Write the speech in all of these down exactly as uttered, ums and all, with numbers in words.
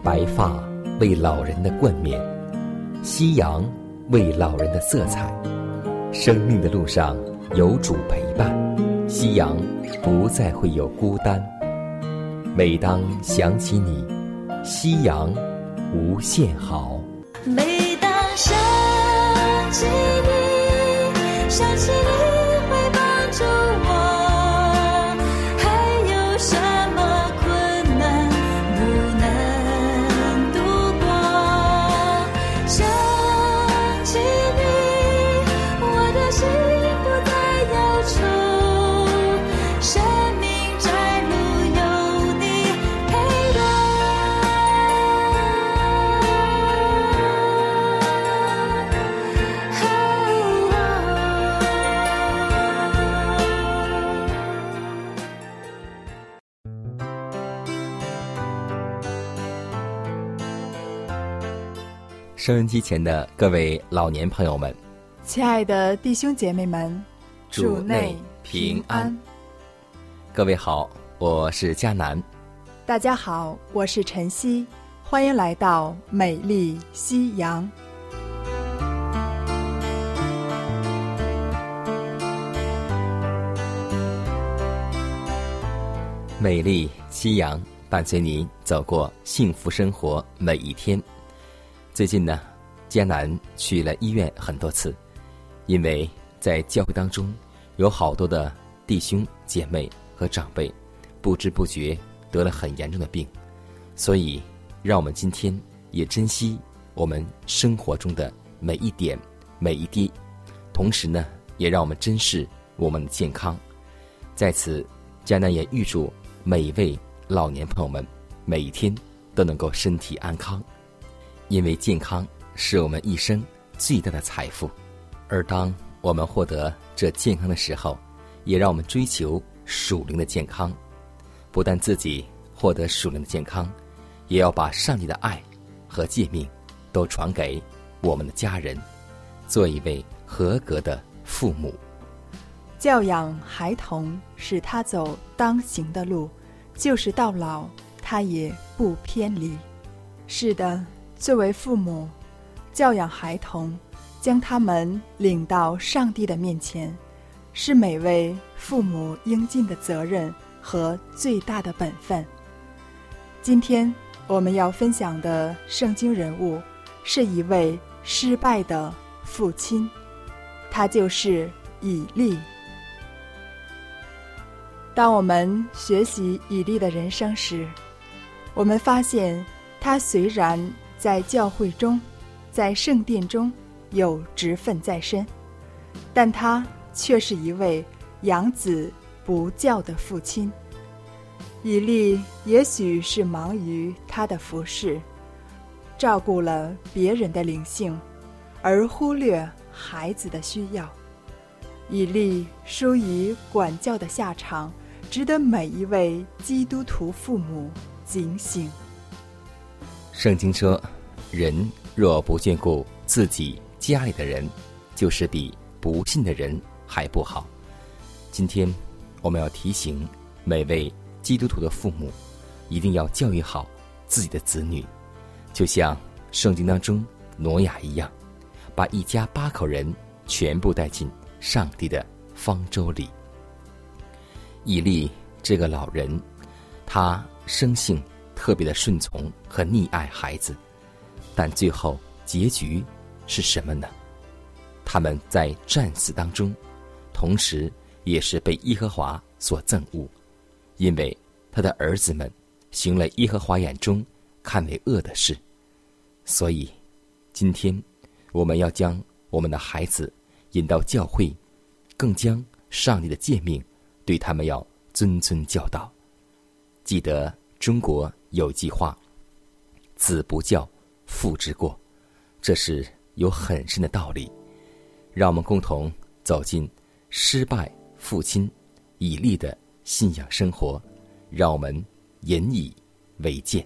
白发为老人的冠冕，夕阳为老人的色彩。生命的路上有主陪伴，夕阳不再会有孤单。每当想起你，夕阳无限好。 每当想起你，想起你会帮助我，还有什么困难不能度过？想起你，我的心不再忧愁，生命窄路有你陪伴。 收音机前的各位老年朋友们， 亲爱的弟兄姐妹们， 主内平安。各位好，我是佳南。 大家好，我是晨曦，欢迎来到美丽夕阳。 美丽夕阳伴随您走过幸福生活每一天。最近呢，佳南去了医院很多次，因为在教会当中有好多的弟兄姐妹和长辈不知不觉得了很严重的病，所以让我们今天也珍惜我们生活中的每一点每一滴，同时呢也让我们珍视我们的健康。在此，佳南也预祝每一位老年朋友们每一天都能够身体安康，因为健康是我们一生最大的财富。而当我们获得这健康的时候，也让我们追求属灵的健康，不但自己获得属灵的健康，也要把上帝的爱和诫命都传给我们的家人，做一位合格的父母。 教养孩童是他走当行的路，就是到老他也不偏离。是的，作为父母，教养孩童，将他们领到上帝的面前，是每位父母应尽的责任和最大的本分。今天我们要分享的圣经人物是一位失败的父亲，他就是以利。当我们学习以利的人生时，我们发现他虽然在教会中，在圣殿中有职分在身，但他却是一位养子不教的父亲。以利也许是忙于他的服事，照顾了别人的灵性，而忽略孩子的需要。以利疏于管教的下场，值得每一位基督徒父母警醒。 圣经说，人若不眷顾自己家里的人，就是比不信的人还不好。今天我们要提醒每位基督徒的父母，一定要教育好自己的子女，就像圣经当中挪亚一样，把一家八口人全部带进上帝的方舟里。以利这个老人，他生性特别的顺从和溺爱孩子，但最后结局是什么呢？他们在战死当中，同时也是被耶和华所憎恶，因为他的儿子们行了耶和华眼中看为恶的事。所以今天我们要将我们的孩子引到教会，更将上帝的诫命对他们要谆谆教导。记得中国有句话，子不教父之过，这是有很深的道理。让我们共同走进失败父亲以利的信仰生活，让我们引以为鉴。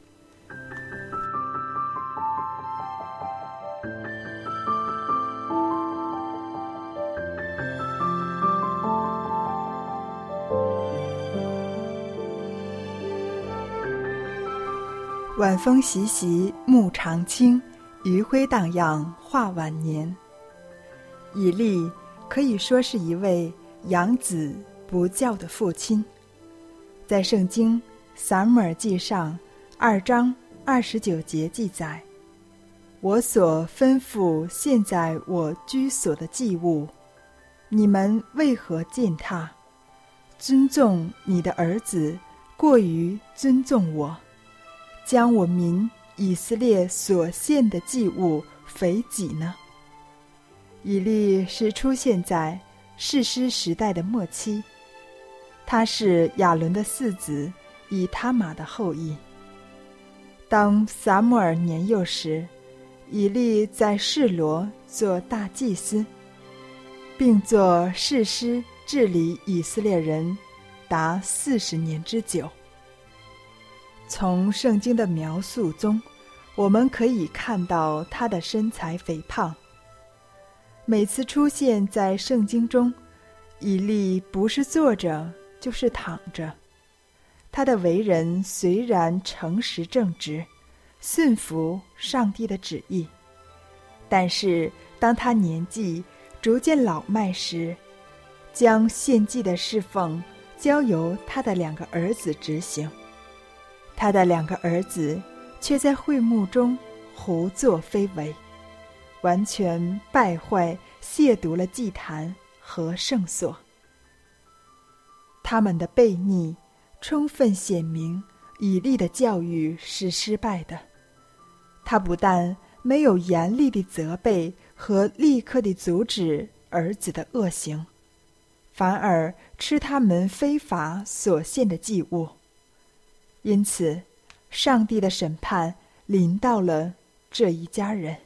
晚风习习，暮长青，余晖荡漾，画晚年。以利可以说是一位养子不教的父亲。在圣经撒母耳记上二章二十九节记载，我所吩咐现在我居所的祭物，你们为何践踏？尊重你的儿子过于尊重我，将我民以色列所献的祭物肥己呢？以利是出现在士师时代的末期，他是亚伦的四子以他玛的后裔。当撒母耳年幼时，以利在示罗做大祭司，并做士师治理以色列人达四十年之久。从圣经的描述中，我们可以看到他的身材肥胖。每次出现在圣经中，以利不是坐着就是躺着。他的为人虽然诚实正直，顺服上帝的旨意，但是当他年纪逐渐老迈时，将献祭的侍奉交由他的两个儿子执行。他的两个儿子却在会幕中胡作非为，完全败坏亵渎了祭坛和圣所。他们的悖逆充分显明以利的教育是失败的。他不但没有严厉地责备和立刻地阻止儿子的恶行，反而吃他们非法所献的祭物。因此，上帝的审判临到了这一家人。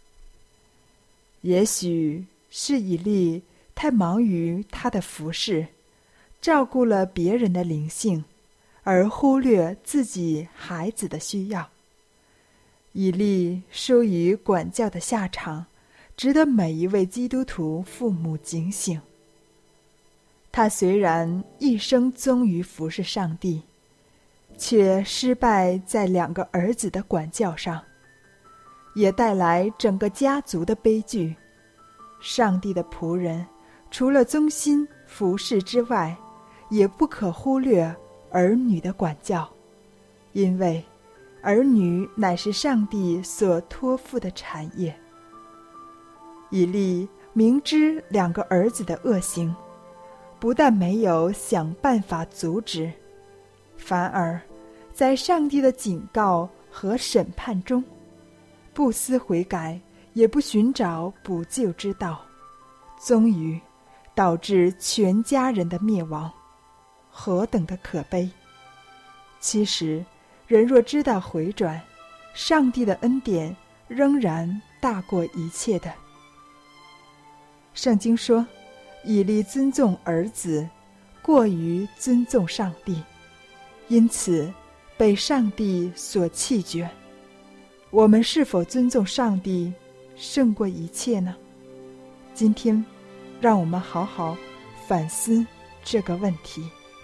也许是以利太忙于他的服事，照顾了别人的灵性，而忽略自己孩子的需要。以利疏于管教的下场，值得每一位基督徒父母警醒。他虽然一生忠于服侍上帝，却失败在两个儿子的管教上，也带来整个家族的悲剧。上帝的仆人除了忠心服侍之外，也不可忽略儿女的管教，因为儿女乃是上帝所托付的产业。以利明知两个儿子的恶行，不但没有想办法阻止，反而在上帝的警告和审判中，不思悔改，也不寻找补救之道，终于导致全家人的灭亡，何等的可悲！其实，人若知道回转，上帝的恩典仍然大过一切的。圣经说，以利尊重儿子，过于尊重上帝，因此被上帝所弃绝。我们是否尊重上帝胜过一切呢？今天让我们好好反思这个问题。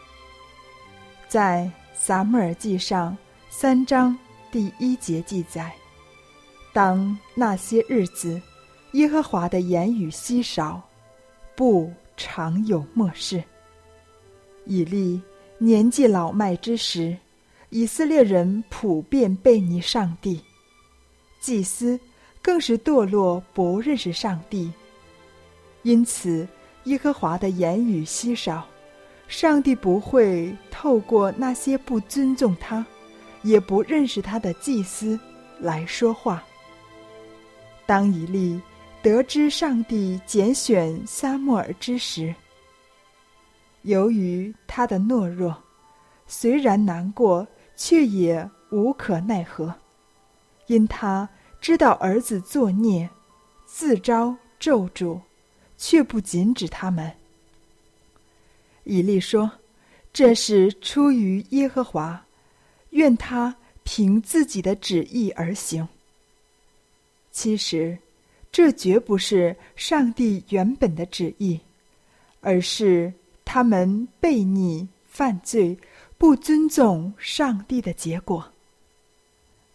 在撒母耳记上三章第一节记载，当那些日子，耶和华的言语稀少，不常有默示。以利年纪老迈之时，以色列人普遍悖逆上帝，祭司更是堕落，不认识上帝。因此，耶和华的言语稀少，上帝不会透过那些不尊重他，也不认识他的祭司来说话。当以利得知上帝拣选撒母耳之时，由于他的懦弱，虽然难过，却也无可奈何，因他知道儿子作孽，自招咒诅，却不禁止他们。以利说，这是出于耶和华，愿他凭自己的旨意而行。其实，这绝不是上帝原本的旨意，而是他们悖逆、犯罪、不尊重上帝的结果。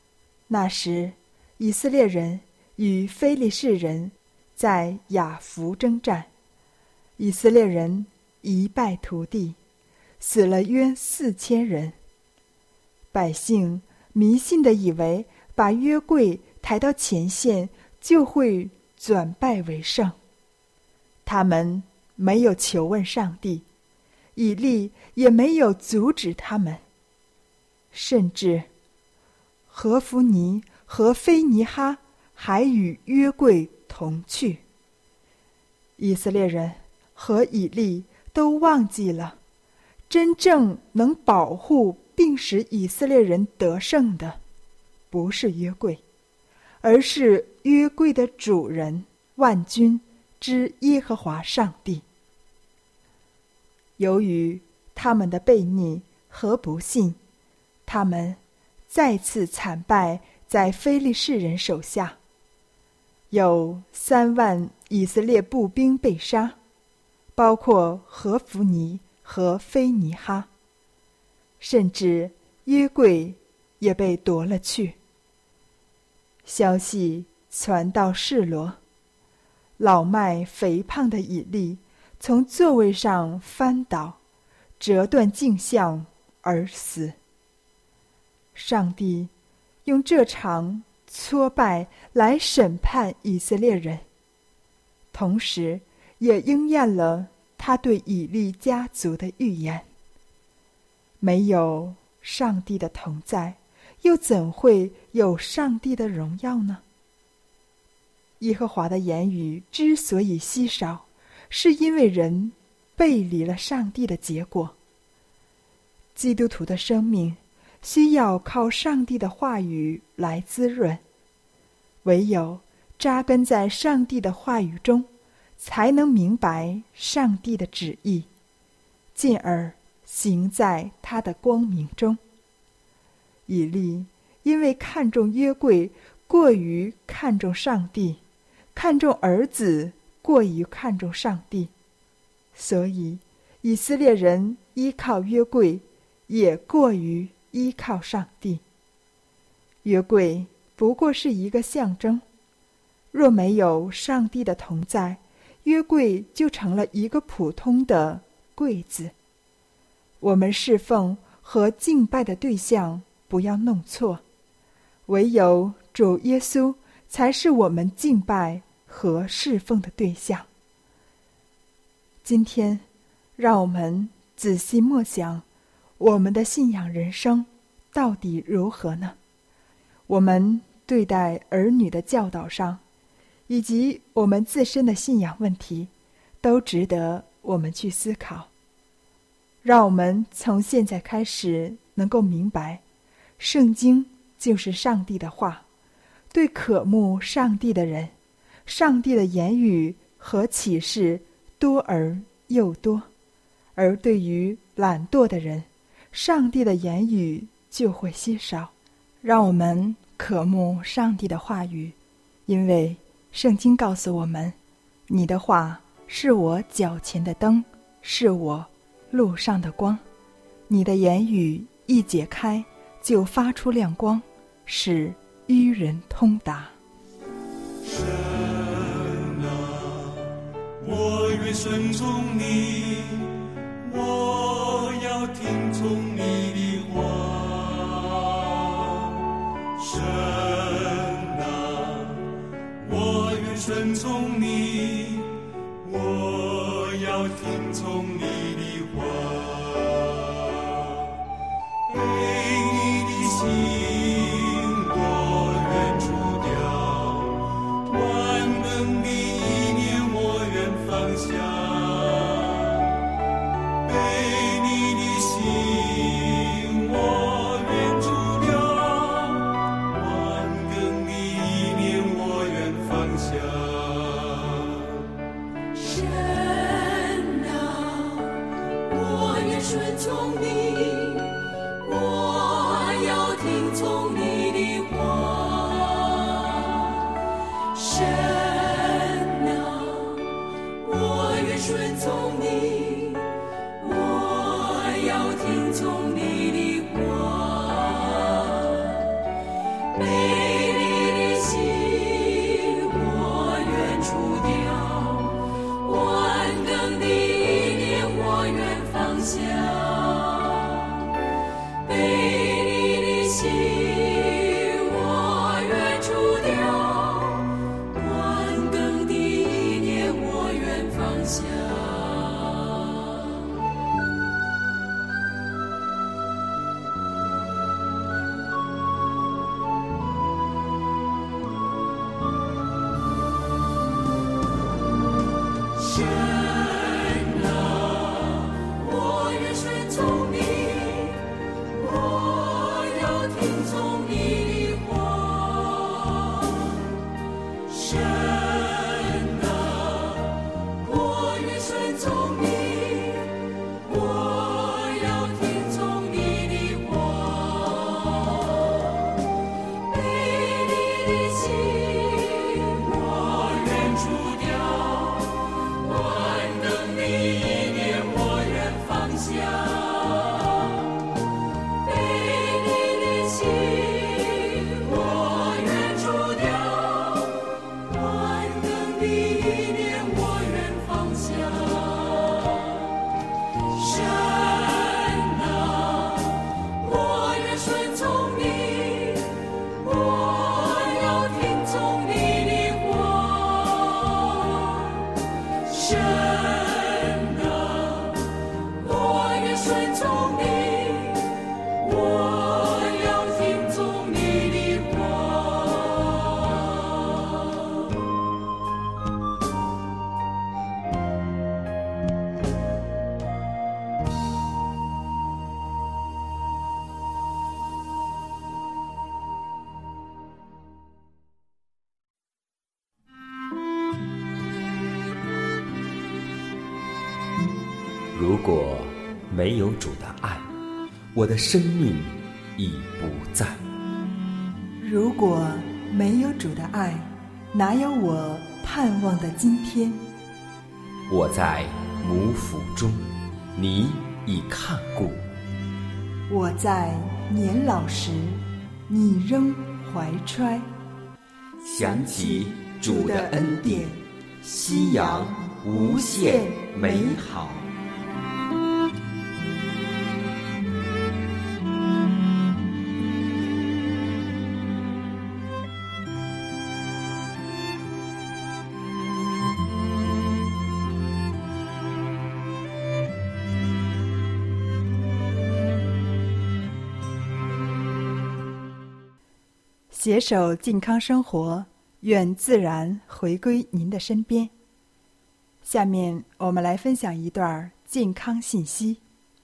那时，以色列人与非利士人在雅弗征战，以色列人一败涂地，死了约四千人。百姓迷信地以为把约柜抬到前线就会转败为胜，他们没有求问上帝，以利也没有阻止他们，甚至何弗尼和菲尼哈还与约柜同去。以色列人和以利都忘记了，真正能保护并使以色列人得胜的，不是约柜，而是约柜的主人，万军之耶和华上帝。由于他们的悖逆和不信，他们再次惨败在非利士人手下，有三万以色列步兵被杀，包括何弗尼和菲尼哈，甚至约柜也被夺了去。消息传到示罗，老迈肥胖的以利从座位上翻倒，折断颈项而死。上帝用这场挫败来审判以色列人，同时也应验了他对以利家族的预言。没有上帝的同在，又怎会有上帝的荣耀呢？耶和华的言语之所以稀少，是因为人背离了上帝的结果。基督徒的生命需要靠上帝的话语来滋润，唯有扎根在上帝的话语中，才能明白上帝的旨意，进而行在他的光明中。以利因为看重约柜过于看重上帝，看重儿子过于看重上帝，所以以色列人依靠约柜也过于依靠上帝。约柜不过是一个象征，若没有上帝的同在，约柜就成了一个普通的柜子。我们侍奉和敬拜的对象不要弄错，唯有主耶稣才是我们敬拜和侍奉的对象。今天让我们仔细默想，我们的信仰人生到底如何呢？我们对待儿女的教导上，以及我们自身的信仰问题，都值得我们去思考。让我们从现在开始能够明白，圣经就是上帝的话，对渴慕上帝的人，上帝的言语和启示多而又多，而对于懒惰的人，上帝的言语就会稀少。让我们渴慕上帝的话语，因为圣经告诉我们，你的话是我脚前的灯，是我路上的光。你的言语一解开，就发出亮光，使愚人通达。 神啊，我愿顺从你，我要听从你的话。神啊，我愿顺从你，我要听从你的话。被你的心我愿除掉，万能的意念我愿放下。被你的心我愿除掉，万能的意念我愿放下。 神啊，我愿顺从你，我要听从你的话。神啊，我愿顺从你，我要听从你的话。被心我愿除掉，万耕的意念我愿放下。神啊，我愿顺从你，我要听从你的话。神啊，我愿顺从你，我要听从你的话。背你的心我愿除掉，万能的意念我愿放下。背你的心我愿除掉，万能的意念我愿放下。神啊，我愿顺从你，我要听从你的话。神啊，我愿顺从你，我要听从你的话。 如果没有主的爱，我的生命已不在。 如果没有主的爱，哪有我盼望的今天？ 我在母腹中，你已看顾。 我在年老时，你仍怀揣。 想起主的恩典，夕阳无限美好。 携手健康生活，愿自然回归您的身边。下面我们来分享一段健康信息。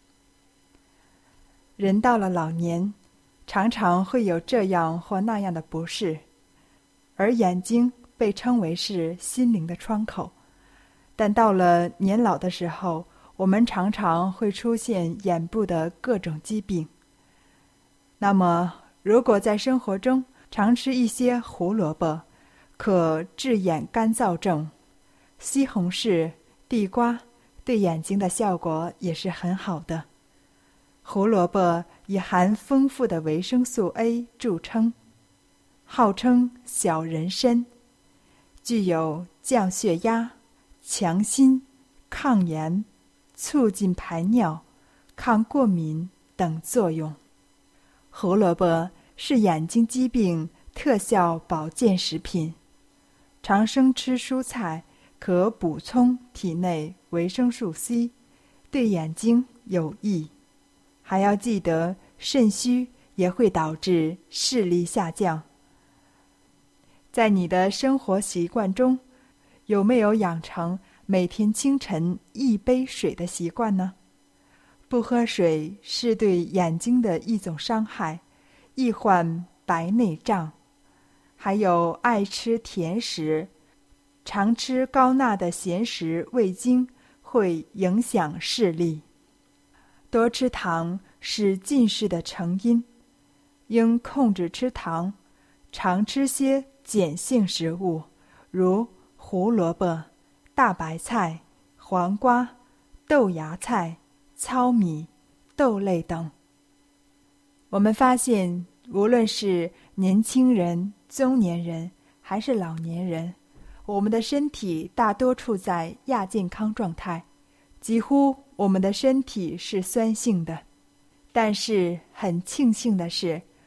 人到了老年，常常会有这样或那样的不适，而眼睛被称为是心灵的窗口。但到了年老的时候，我们常常会出现眼部的各种疾病。那么，如果在生活中常吃一些胡萝卜，可治眼干燥症；西红柿、地瓜对眼睛的效果也是很好的。胡萝卜以含丰富的维生素 A 著称，号称小人参，具有降血压、强心、抗炎、促进排尿、抗过敏等作用。胡萝卜是眼睛疾病特效保健食品，常生吃蔬菜可补充体内维生素 C， 对眼睛有益。还要记得，肾虚也会导致视力下降。在你的生活习惯中，有没有养成每天清晨一杯水的习惯呢？不喝水是对眼睛的一种伤害，易患白内障。还有爱吃甜食，常吃高钠的咸食味精会影响视力。多吃糖是近视的成因，应控制吃糖，常吃些碱性食物，如胡萝卜、大白菜、黄瓜、豆芽菜、糙米、豆类等。我们发现，无论是年轻人、中年人还是老年人，我们的身体大多处在亚健康状态，几乎我们的身体是酸性的。但是很庆幸的是，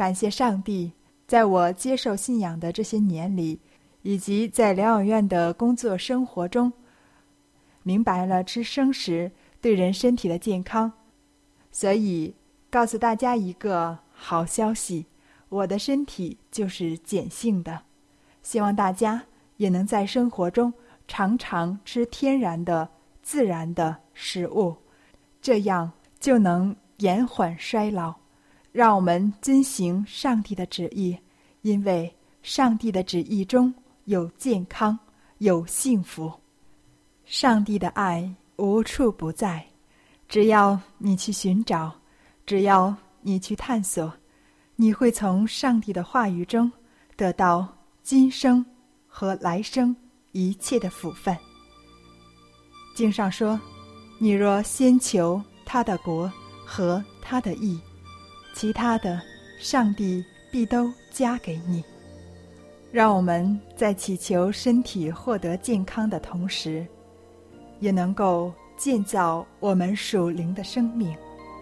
感谢上帝，在我接受信仰的这些年里，以及在疗养院的工作生活中，明白了吃生食对人身体的健康。所以告诉大家一个好消息，我的身体就是碱性的。希望大家也能在生活中常常吃天然的、自然的食物，这样就能延缓衰老。让我们遵行上帝的旨意，因为上帝的旨意中有健康，有幸福。上帝的爱无处不在，只要你去寻找，只要你去探索，你会从上帝的话语中得到今生和来生一切的福分。经上说，你若先求他的国和他的义，其他的上帝必都加给你。让我们在祈求身体获得健康的同时，也能够建造我们属灵的生命。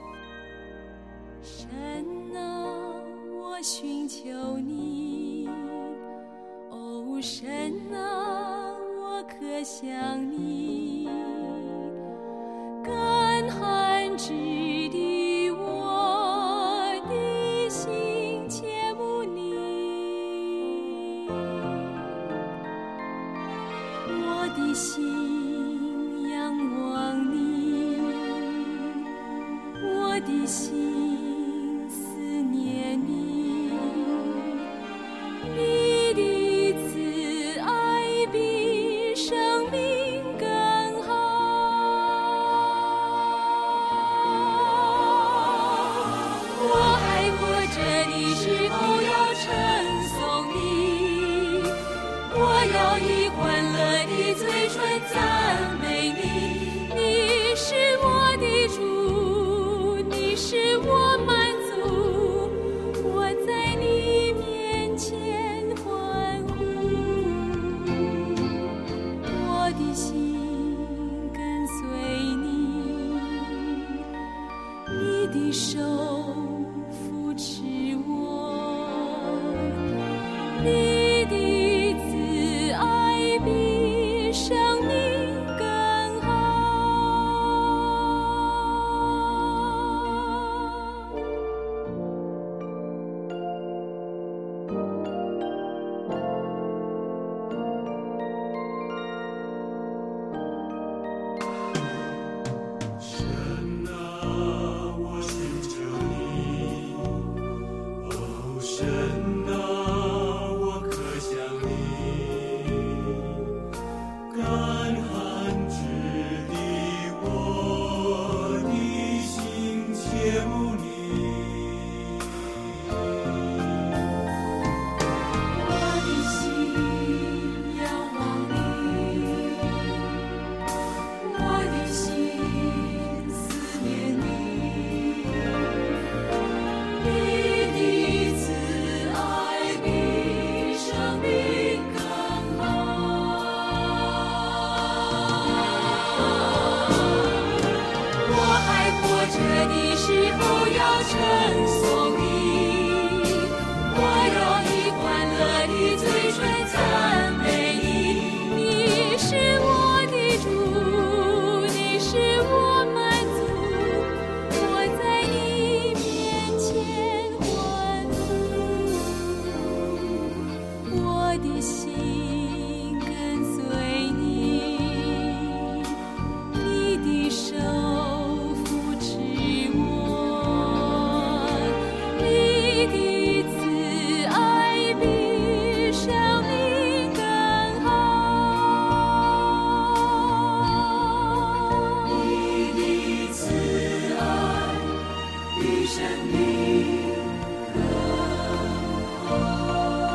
神啊，我寻求你，哦，神啊，我渴想你，干旱之地，我的心切慕你，我的心仰望你，我的心思念你，你的慈爱比生命更好。我还活着的时候要称颂你，我要以欢乐的嘴唇赞美你。你是我的主，你是我满足，我在你面前欢呼。我的心跟随你，你的手扶持我，你的慈爱比生命更好。 神啊，我寻求你，哦，神啊，我渴想你，干旱之地，我的心切慕你。 我的心仰望你，我的心思念你，你的慈爱比生命更好。我还活着的时候要称颂你，我要以欢乐的嘴唇赞美你。你是我的主，你是我满足，我在你面前欢呼。我的心跟随你，你的手扶持我，你的慈爱比生命更好。你的慈爱比生命更好。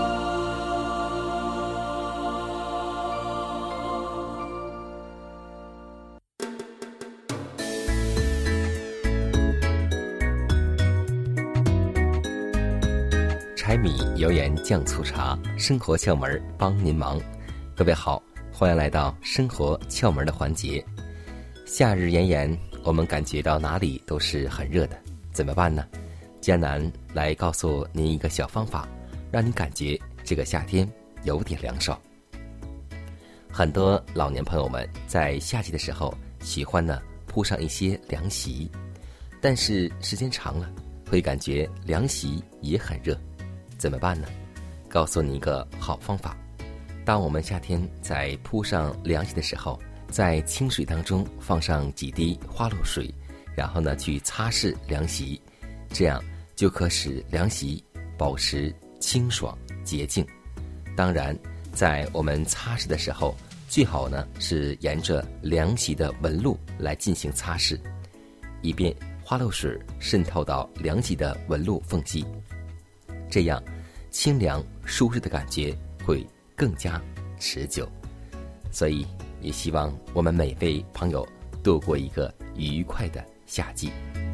柴米油盐酱醋茶，生活窍门帮您忙。各位好，欢迎来到生活窍门的环节。夏日炎炎，我们感觉到哪里都是很热的，怎么办呢？ 江南来告诉您一个小方法，让你感觉这个夏天有点凉爽。很多老年朋友们在夏季的时候喜欢呢铺上一些凉席，但是时间长了会感觉凉席也很热，怎么办呢？告诉你一个好方法，当我们夏天在铺上凉席的时候，在清水当中放上几滴花露水，然后呢去擦拭凉席，这样就可使凉席保持清爽洁净。当然在我们擦拭的时候，最好呢是沿着凉席的纹路来进行擦拭，以便花露水渗透到凉席的纹路缝隙，这样清凉舒适的感觉会更加持久。所以也希望我们每位朋友度过一个愉快的夏季。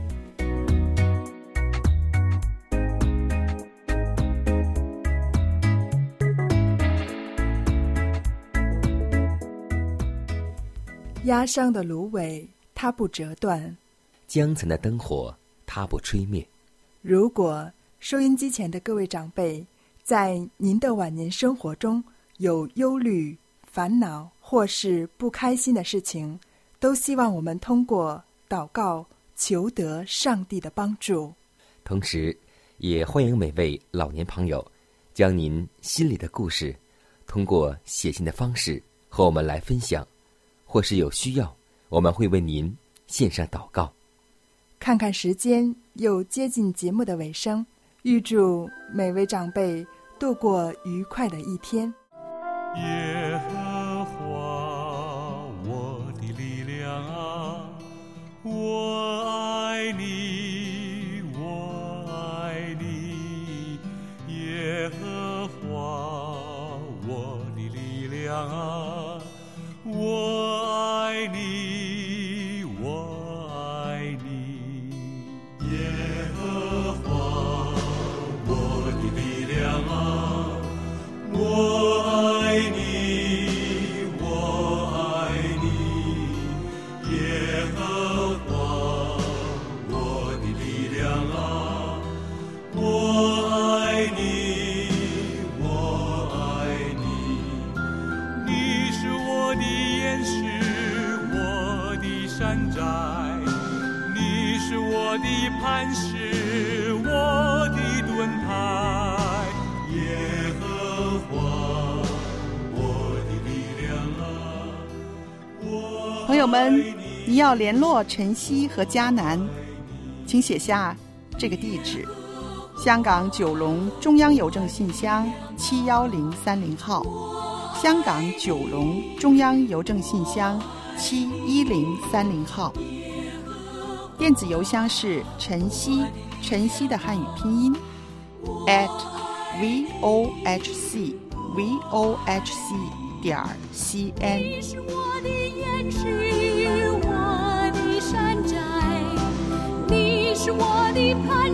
压伤的芦苇它不折断， 江城的灯火它不吹灭。 如果收音机前的各位长辈在您的晚年生活中有忧虑、烦恼或是不开心的事情，都希望我们通过祷告求得上帝的帮助。 同时也欢迎每位老年朋友将您心里的故事通过写信的方式和我们来分享，或是有需要我们会为您献上祷告。 看看时间又接近节目的尾声，预祝每位长辈度过愉快的一天。 耶和华我的力量啊，我爱你，我爱你。耶和华我的力量啊，我爱你，我爱你。耶和华我的力量啊，我爱你，我爱你。耶和华我的力量啊，我爱你，我爱你。你是我的岩石，我的山寨，你是我的磐石，我的盾牌。耶和华我的力量啊，我朋友们，你要联络晨曦和迦南，请写下这个地址：香港九龙中央邮政信箱七一零三零号，香港九龙中央邮政信箱七一零三零号。电子邮箱是晨曦，晨曦的汉语拼音 at vohc vohc 点 cn。 你是我的岩石，我的山寨，你是我的磐